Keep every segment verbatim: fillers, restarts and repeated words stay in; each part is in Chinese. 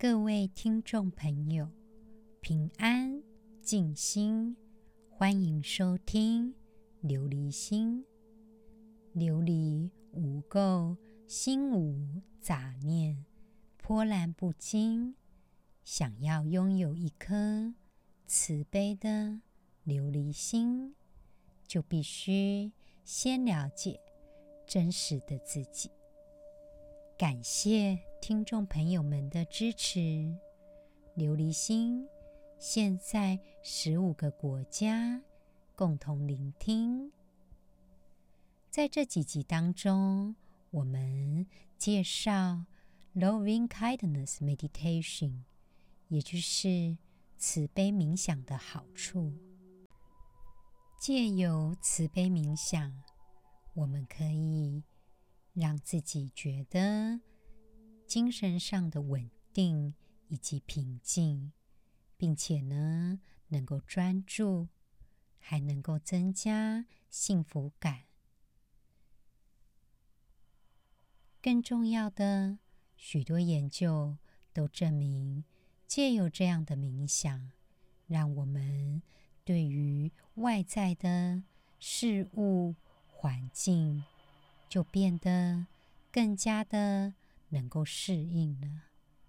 各位听众朋友，平安静心，欢迎收听琉璃心。琉璃无垢，心无杂念，波澜不惊。想要拥有一颗慈悲的琉璃心，就必须先了解真实的自己。感谢听众朋友们的支持。琉璃心现在十五个国家共同聆听。在这几集当中，我们介绍 Loving Kindness Meditation， 也就是慈悲冥想的好处。借由慈悲冥想，我们可以让自己觉得精神上的稳定以及平静，并且呢，能够专注，还能够增加幸福感。更重要的，许多研究都证明，借由这样的冥想，让我们对于外在的事物、环境就变得更加的能够适应了。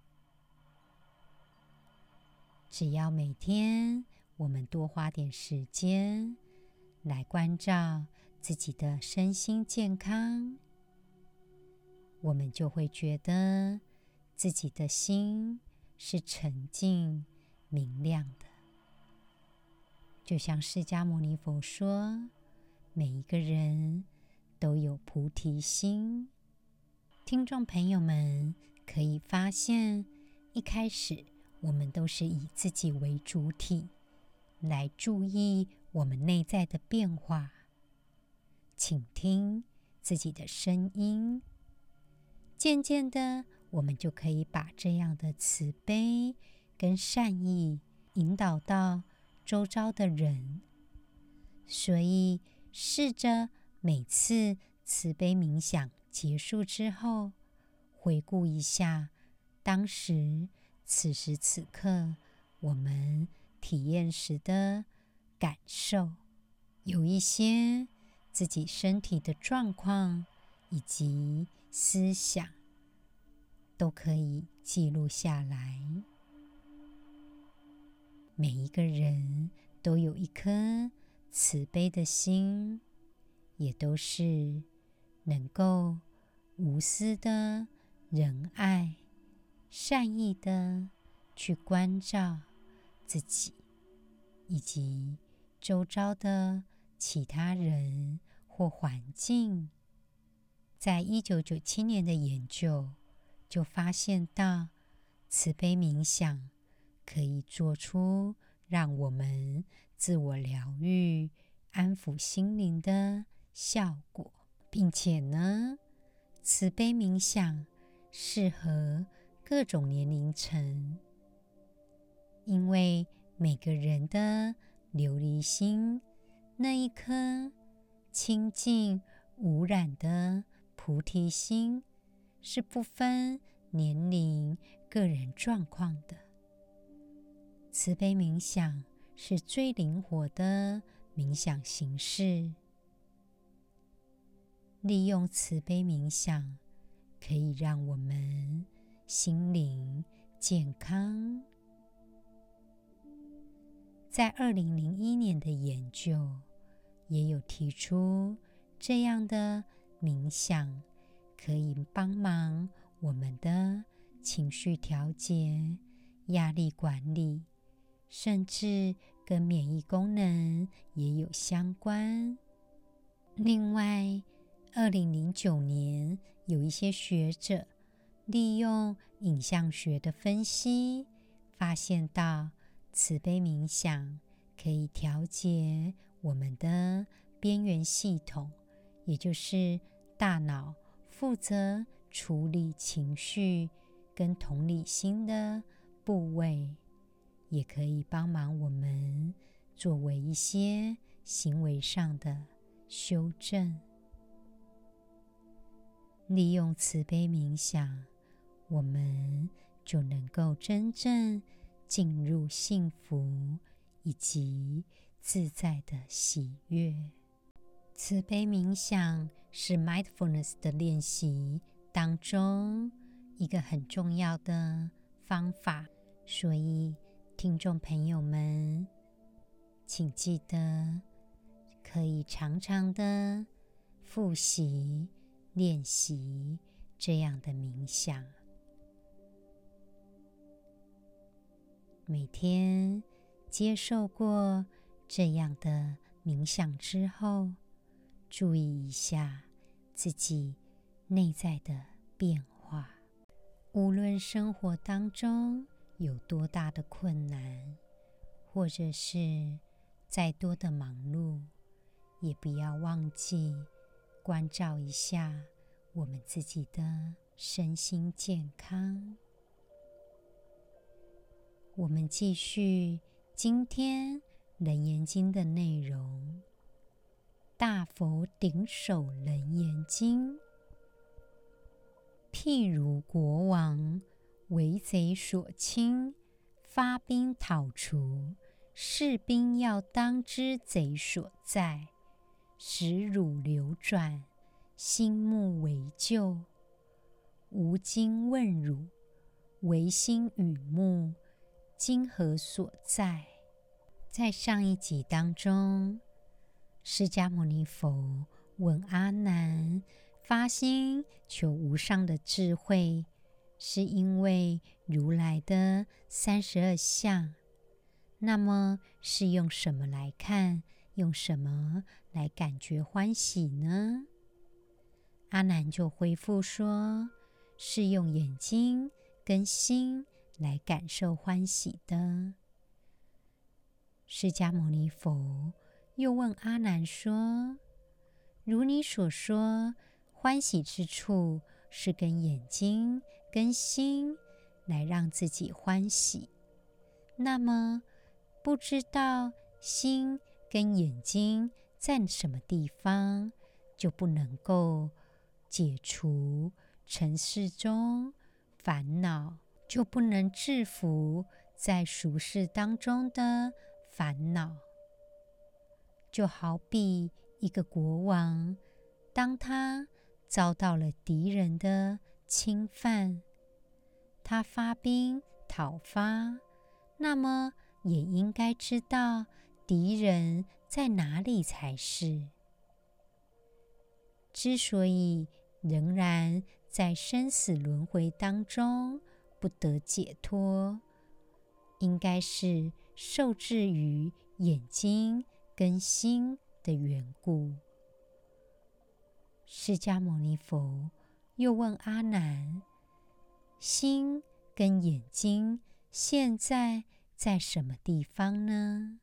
只要每天我们多花点时间来关照自己的身心健康，我们就会觉得自己的心是沉静明亮的。就像释迦牟尼佛说，每一个人都有菩提心。听众朋友们可以发现，一开始我们都是以自己为主体，来注意我们内在的变化，倾听自己的声音。渐渐的，我们就可以把这样的慈悲跟善意引导到周遭的人。所以试着每次慈悲冥想结束之后，回顾一下当时此时此刻我们体验时的感受，有一些自己身体的状况以及思想都可以记录下来。每一个人都有一颗慈悲的心，也都是能够无私的仁爱、善意的去关照自己以及周遭的其他人或环境。在一九九七年的研究就发现到，慈悲冥想可以做出让我们自我疗愈、安抚心灵的效果，并且呢，慈悲冥想适合各种年龄层，因为每个人的琉璃心那一颗清净无染的菩提心是不分年龄、个人状况的。慈悲冥想是最灵活的冥想形式。利用慈悲冥想，可以让我们心灵健康。在二零零一年的研究也有提出，这样的冥想可以帮忙我们的情绪调节、压力管理，甚至跟免疫功能也有相关。另外，二零零九年有一些学者利用影像学的分析，发现到慈悲冥想可以调节我们的边缘系统，也就是大脑负责处理情绪跟同理心的部位，也可以帮忙我们作为一些行为上的修正。利用慈悲冥想，我们就能够真正进入幸福以及自在的喜悦。慈悲冥想是 mindfulness 的练习当中一个很重要的方法，所以听众朋友们，请记得可以常常的复习练习这样的冥想。每天接受过这样的冥想之后，注意一下自己内在的变化。无论生活当中有多大的困难，或者是再多的忙碌，也不要忘记关照一下我们自己的身心健康。我们继续今天楞严经的内容。大佛顶首楞严经，譬如国王为贼所侵，发兵讨除，士兵要当知贼所在，使汝流转，心目为救。吾今问汝，唯心与目，今何所在？在上一集当中，释迦牟尼佛问阿难，发心求无上的智慧，是因为如来的三十二相，那么是用什么来看，用什么来感觉欢喜呢？阿难就回复说，是用眼睛跟心来感受欢喜的。释迦牟尼佛又问阿难说，如你所说，欢喜之处是跟眼睛跟心来让自己欢喜，那么不知道心跟眼睛在什么地方，就不能够解除尘世中烦恼，就不能制服在俗世当中的烦恼。就好比一个国王，当他遭到了敌人的侵犯，他发兵讨伐，那么也应该知道敌人在哪里才是。之所以仍然在生死轮回当中不得解脱，应该是受制于眼睛跟心的缘故。释迦牟尼佛又问阿难，心跟眼睛现在在什么地方呢？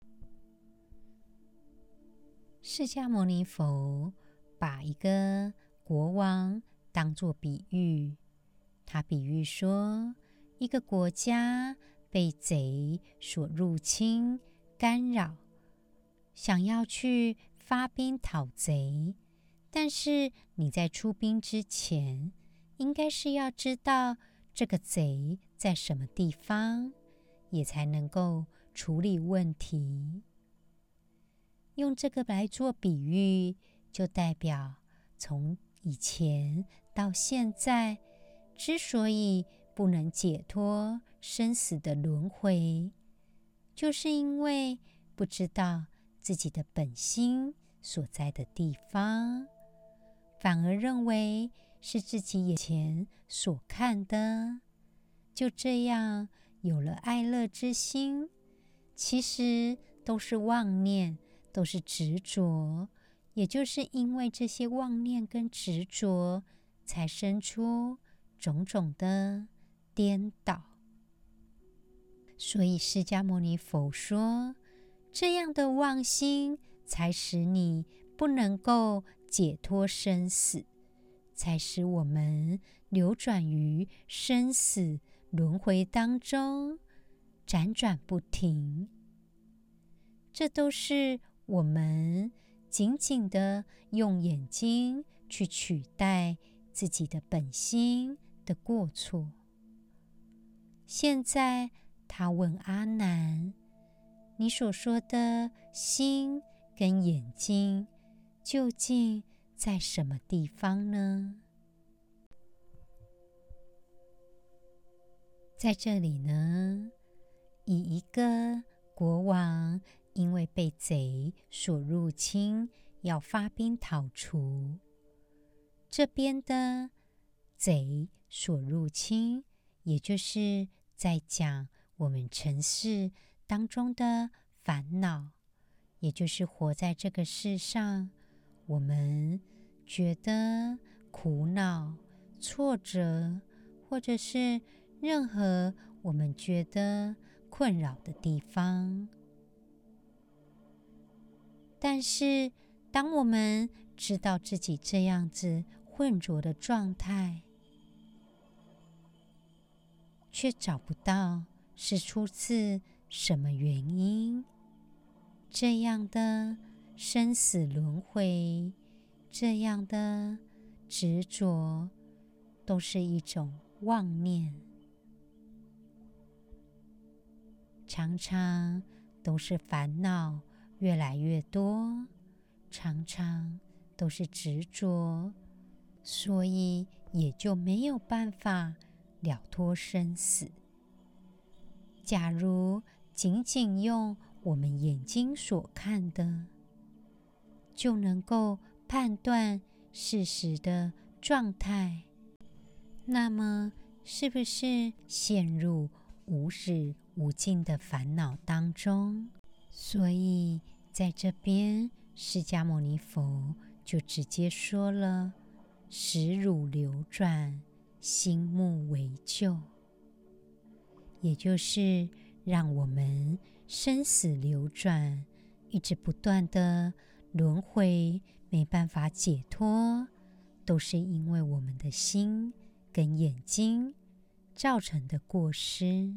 释迦牟尼佛把一个国王当作比喻，他比喻说，一个国家被贼所入侵干扰，想要去发兵讨贼，但是你在出兵之前，应该是要知道这个贼在什么地方，也才能够处理问题。用这个来做比喻，就代表从以前到现在，之所以不能解脱生死的轮回，就是因为不知道自己的本心所在的地方，反而认为是自己眼前所看的，就这样有了爱乐之心，其实都是妄念，都是执着，也就是因为这些妄念跟执着，才生出种种的颠倒。所以释迦牟尼佛说，这样的妄心才使你不能够解脱生死，才使我们流转于生死轮回当中，辗转不停。这都是我们紧紧的用眼睛去取代自己的本心的过错。 现在他问阿难：你所说的心跟眼睛究竟在什么地方呢？在这里呢，以一个国王因为被贼所入侵，要发兵讨除，这边的贼所入侵，也就是在讲我们尘世当中的烦恼，也就是活在这个世上，我们觉得苦恼、挫折，或者是任何我们觉得困扰的地方。但是当我们知道自己这样子混浊的状态，却找不到是出自什么原因，这样的生死轮回，这样的执着，都是一种妄念，常常都是烦恼越来越多，常常都是执着，所以也就没有办法了脱生死。假如仅仅用我们眼睛所看的，就能够判断事实的状态，那么是不是陷入无始无尽的烦恼当中？所以在这边，释迦牟尼佛就直接说了：识汝流转，心目为旧。也就是让我们生死流转，一直不断的轮回，没办法解脱，都是因为我们的心跟眼睛造成的过失。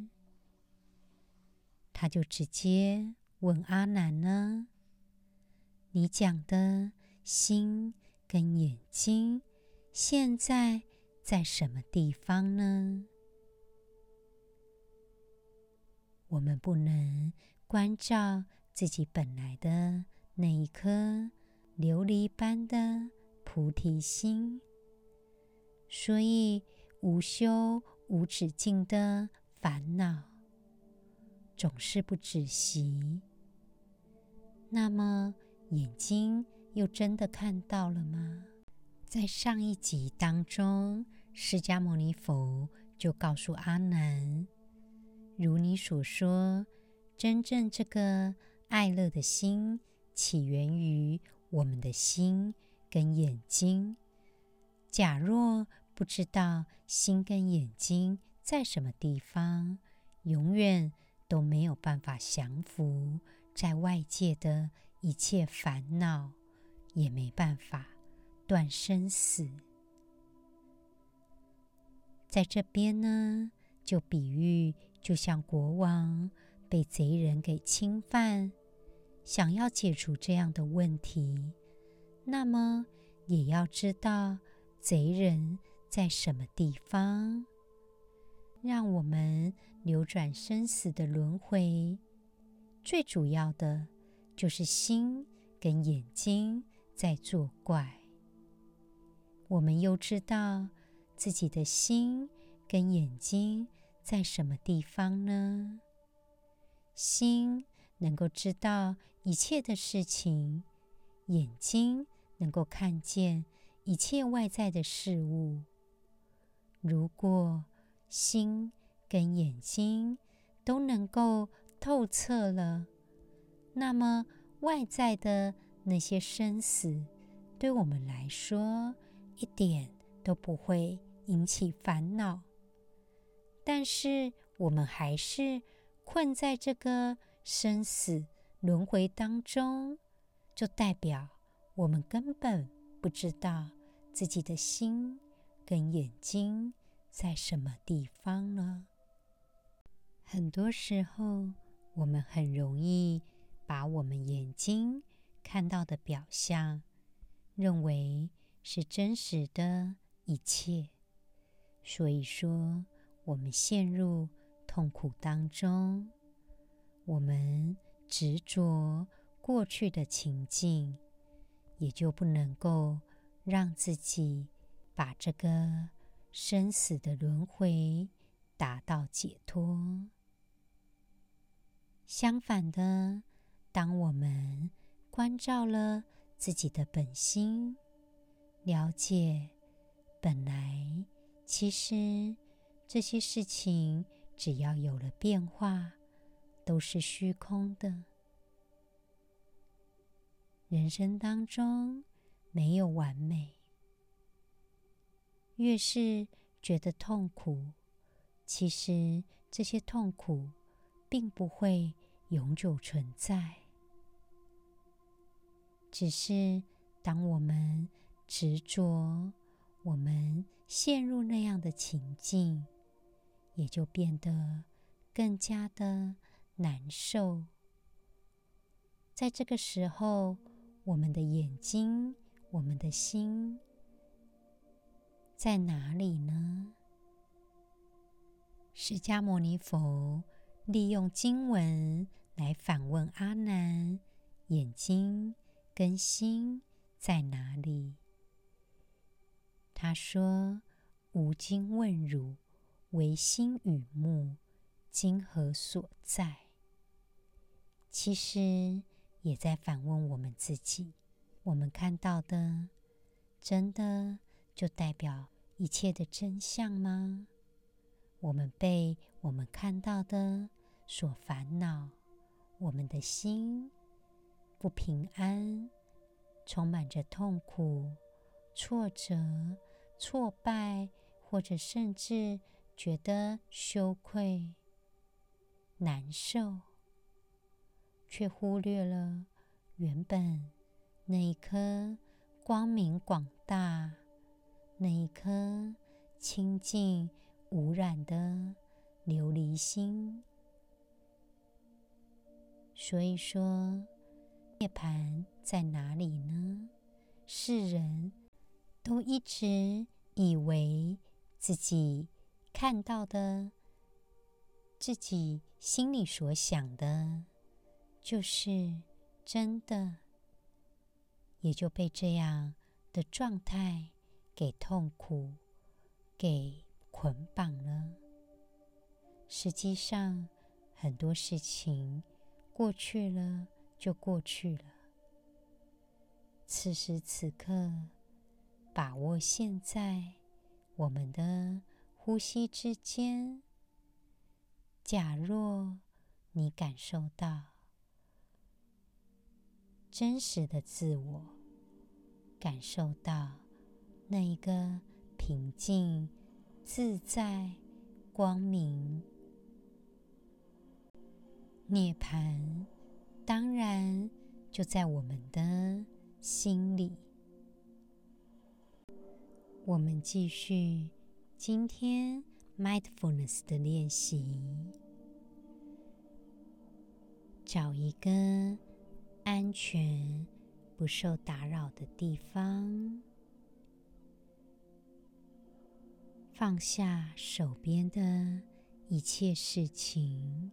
他就直接问阿难呢：你讲的心跟眼睛现在在什么地方呢？我们不能关照自己本来的那一颗琉璃般的菩提心，所以无休无止境的烦恼总是不止息。那么眼睛又真的看到了吗？在上一集当中，释迦牟尼佛就告诉阿难，如你所说，真正这个爱乐的心起源于我们的心跟眼睛。假若不知道心跟眼睛在什么地方，永远都没有办法降服在外界的一切烦恼，也没办法断生死。在这边呢，就比喻就像国王被贼人给侵犯，想要解除这样的问题，那么也要知道贼人在什么地方，让我们流转生死的轮回。最主要的就是心跟眼睛在作怪。我们又知道自己的心跟眼睛在什么地方呢？心能够知道一切的事情，眼睛能够看见一切外在的事物。如果心跟眼睛都能够透彻了，那么外在的那些生死，对我们来说一点都不会引起烦恼。但是我们还是困在这个生死轮回当中，就代表我们根本不知道自己的心跟眼睛在什么地方了。很多时候，我们很容易把我们眼睛看到的表象，认为是真实的一切，所以说我们陷入痛苦当中，我们执着过去的情境，也就不能够让自己把这个生死的轮回达到解脱。相反的，当我们关照了自己的本心，了解本来其实这些事情只要有了变化，都是虚空的。人生当中没有完美，越是觉得痛苦，其实这些痛苦并不会永久存在。只是当我们执着，我们陷入那样的情境，也就变得更加的难受。在这个时候，我们的眼睛，我们的心在哪里呢？释迦牟尼佛利用经文来反问阿难：眼睛跟心在哪里？他说：吾今问汝，唯心与目，今何所在？其实也在反问我们自己，我们看到的真的就代表一切的真相吗？我们被我们看到的所烦恼，我们的心不平安，充满着痛苦、挫折、挫败，或者甚至觉得羞愧、难受，却忽略了原本那一颗光明广大、那一颗清净无染的琉璃心。所以说，涅槃在哪里呢？世人都一直以为自己看到的，自己心里所想的就是真的，也就被这样的状态给痛苦、给捆绑了。实际上，很多事情过去了就过去了。此时此刻，把握现在，我们的呼吸之间，假若你感受到真实的自我，感受到那一个平静、自在、光明，涅槃当然就在我们的心里。我们继续今天 mindfulness 的练习，找一个安全、不受打扰的地方，放下手边的一切事情。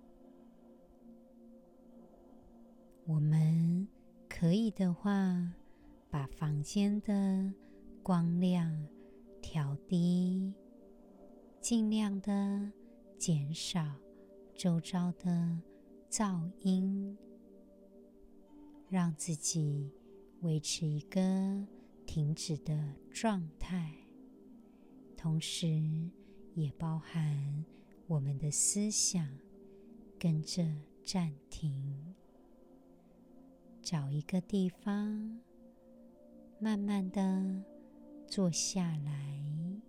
我们可以的话，把房间的光亮调低，尽量的减少周遭的噪音，让自己维持一个停止的状态，同时也包含我们的思想跟着暂停。找一个地方，慢慢的坐下来，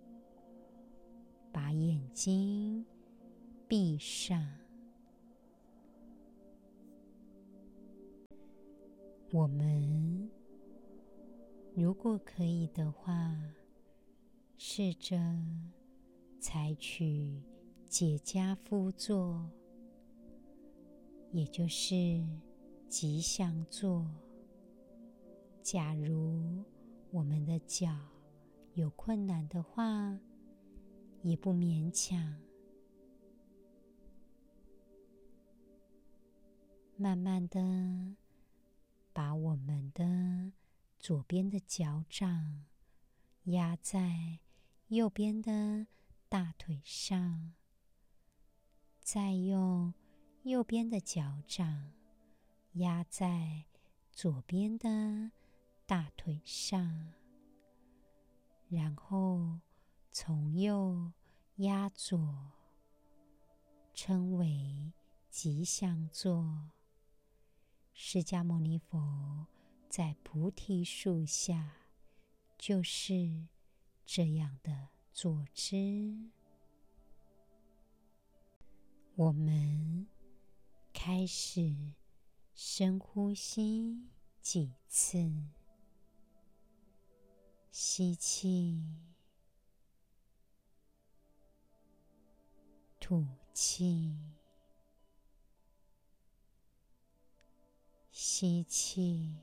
把眼睛闭上。我们如果可以的话，试着采取解跏趺坐，也就是吉祥坐。假如我们的脚有困难的话，也不勉强， 慢慢的把我们的左边的脚掌压在右边的大腿上，再用右边的脚掌压在左边的大腿上，然后从右压左，称为吉祥坐。释迦牟尼佛在菩提树下就是这样的坐姿。我们开始深呼吸几次，吸气，吐气，吸气，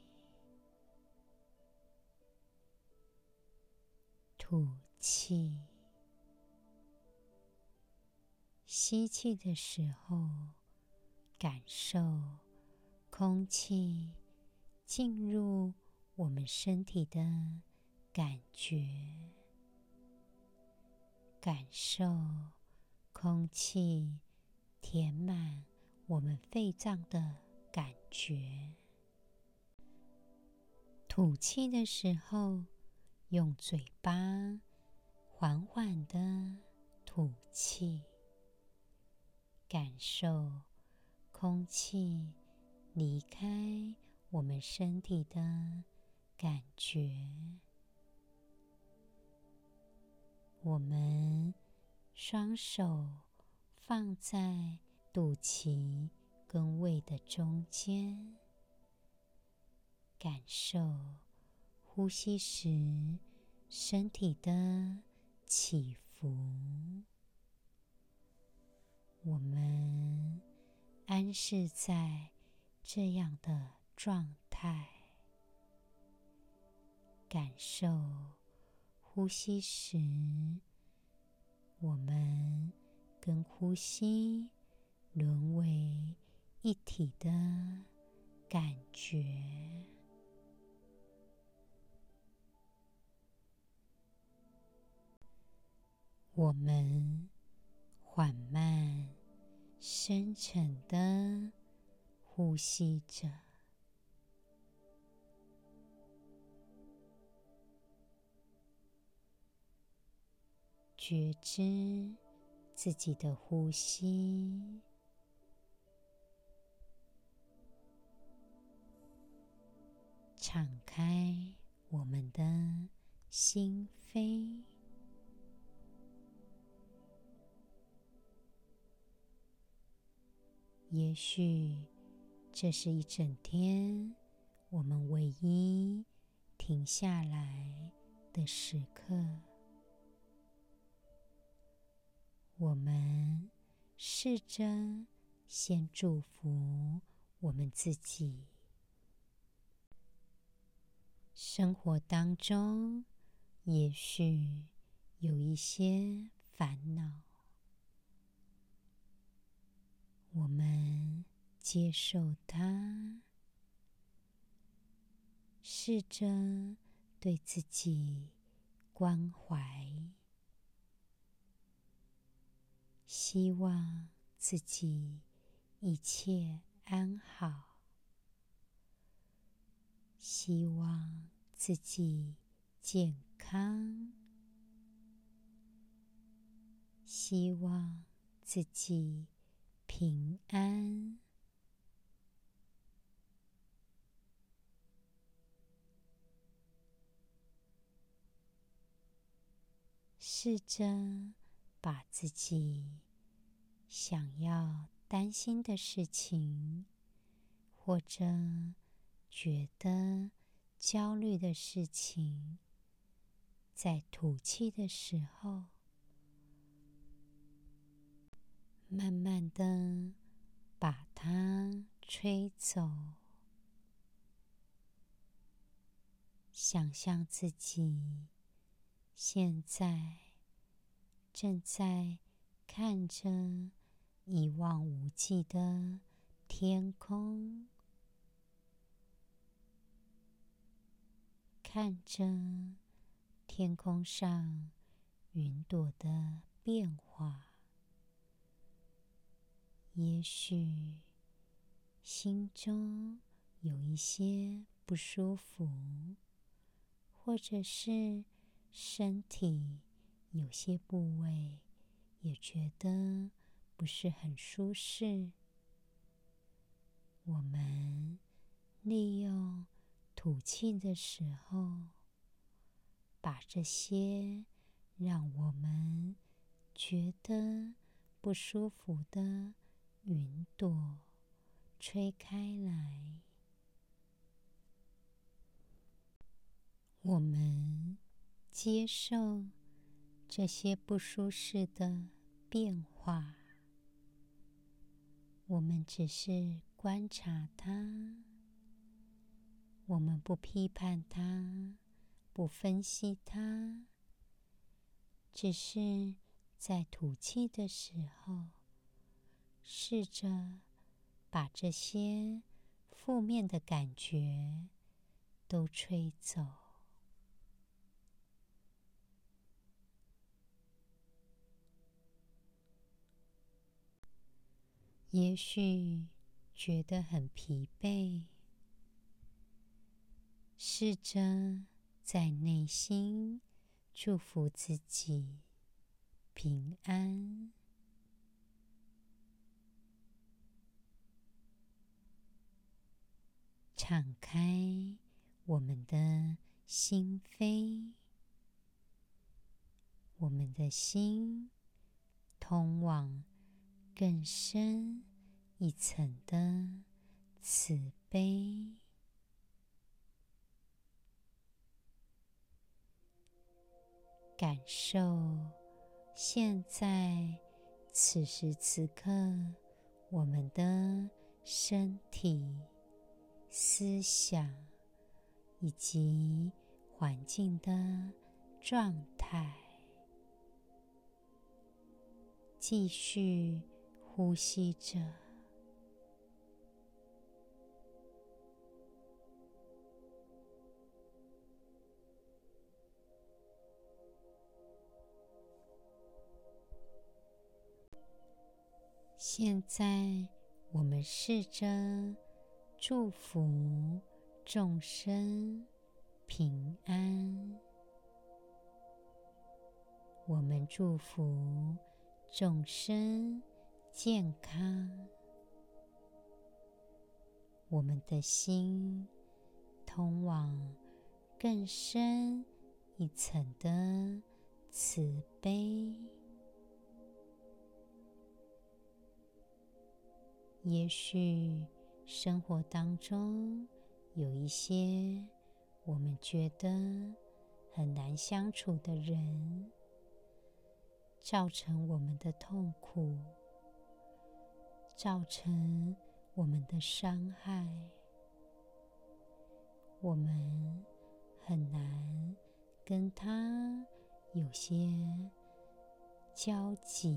吐气。吸气的时候，感受空气进入我们身体的感觉，感受空气填满我们肺脏的感觉。吐气的时候，用嘴巴缓缓地吐气，感受空气离开我们身体的感觉。我们双手放在肚脐跟胃的中间，感受呼吸时身体的起伏。我们安适在这样的状态，感受呼吸时我们跟呼吸沦为一体的感觉。我们缓慢深沉地呼吸着，觉知自己的呼吸，敞开我们的心扉。也许这是一整天我们唯一停下来的时刻。我们试着先祝福我们自己。生活当中也许有一些烦恼，我们接受它，试着对自己关怀，希望自己一切安好，希望自己健康，希望自己平安。试着把自己想要担心的事情，或者觉得焦虑的事情，在吐气的时候，慢慢的把它吹走。想象自己现在正在看着一望无际的天空，看着天空上云朵的变化，也许心中有一些不舒服，或者是身体有些部位也觉得不是很舒适。我们利用吐气的时候，把这些让我们觉得不舒服的云朵吹开来。我们接受这些不舒适的变化，我们只是观察它，我们不批判它，不分析它，只是在吐气的时候，试着把这些负面的感觉都吹走。也许觉得很疲惫，试着在内心祝福自己平安。敞开我们的心扉，我们的心通往更深一层的慈悲。感受现在此时此刻我们的身体、思想以及环境的状态。继续呼吸着。现在我们试着祝福众生平安，我们祝福众生健康，我们的心通往更深一层的慈悲。也许生活当中有一些我们觉得很难相处的人，造成我们的痛苦，造成我们的伤害，我们很难跟他有些交集。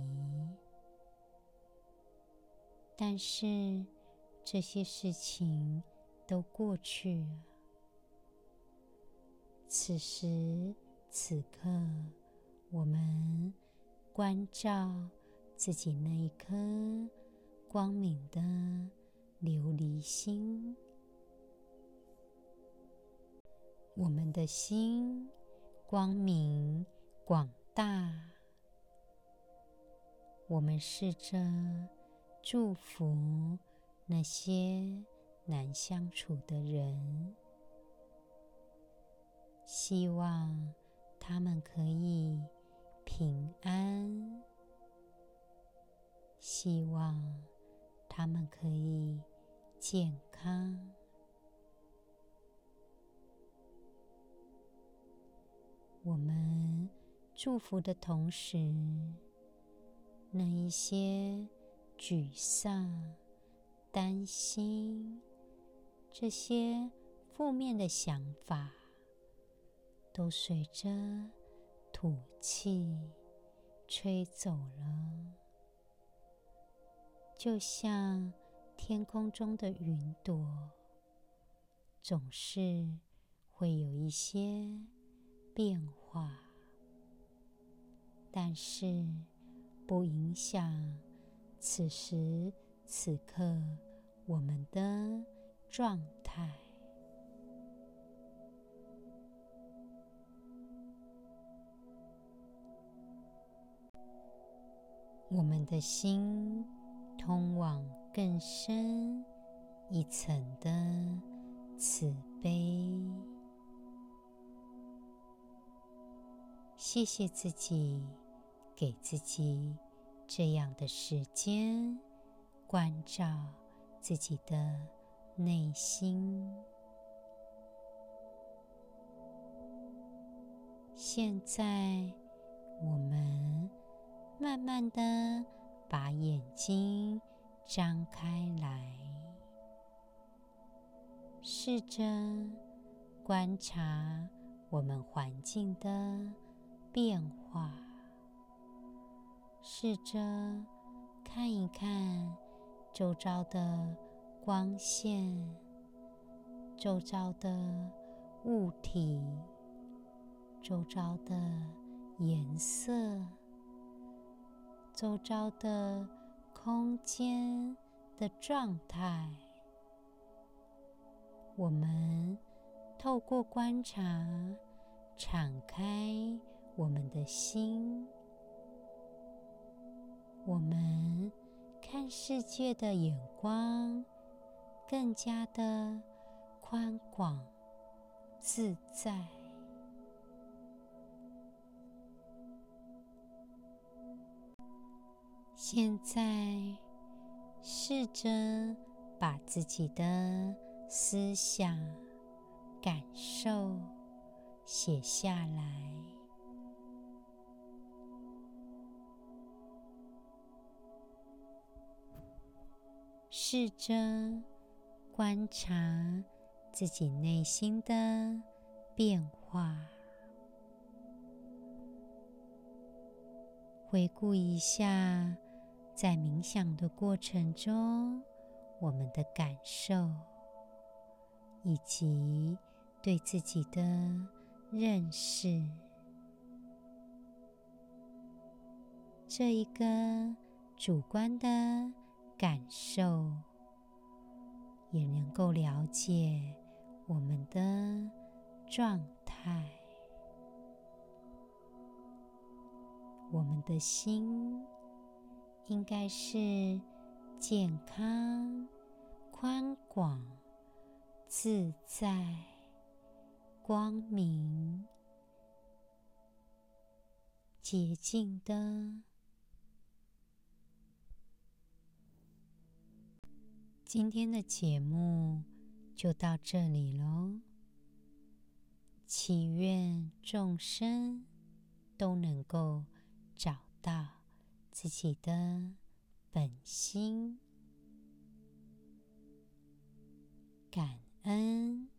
但是这些事情都过去了，此时此刻，我们关照自己那一颗光明的琉璃心，我们的心光明广大，我们试着祝福那些难相处的人，希望他们可以平安，希望他们可以健康。我们祝福的同时，那一些沮丧、担心，这些负面的想法都随着吐气吹走了，就像天空中的云朵总是会有一些变化，但是不影响此时此刻我们的状态。我们的心通往更深一层的慈悲。谢谢自己，给自己这样的时间，关照自己的内心。现在，我们慢慢的把眼睛张开来，试着观察我们环境的变化，试着看一看周遭的光线，周遭的物体，周遭的颜色，周遭的空间的状态。我们透过观察，敞开我们的心，我们看世界的眼光更加的宽广自在。现在试着把自己的思想、感受写下来，试着观察自己内心的变化，回顾一下在冥想的过程中我们的感受，以及对自己的认识。这一个主观的感受，也能够了解我们的状态。我们的心应该是健康、宽广、自在、光明、洁净的。今天的节目就到这里咯，祈愿众生都能够找到自己的本心。感恩。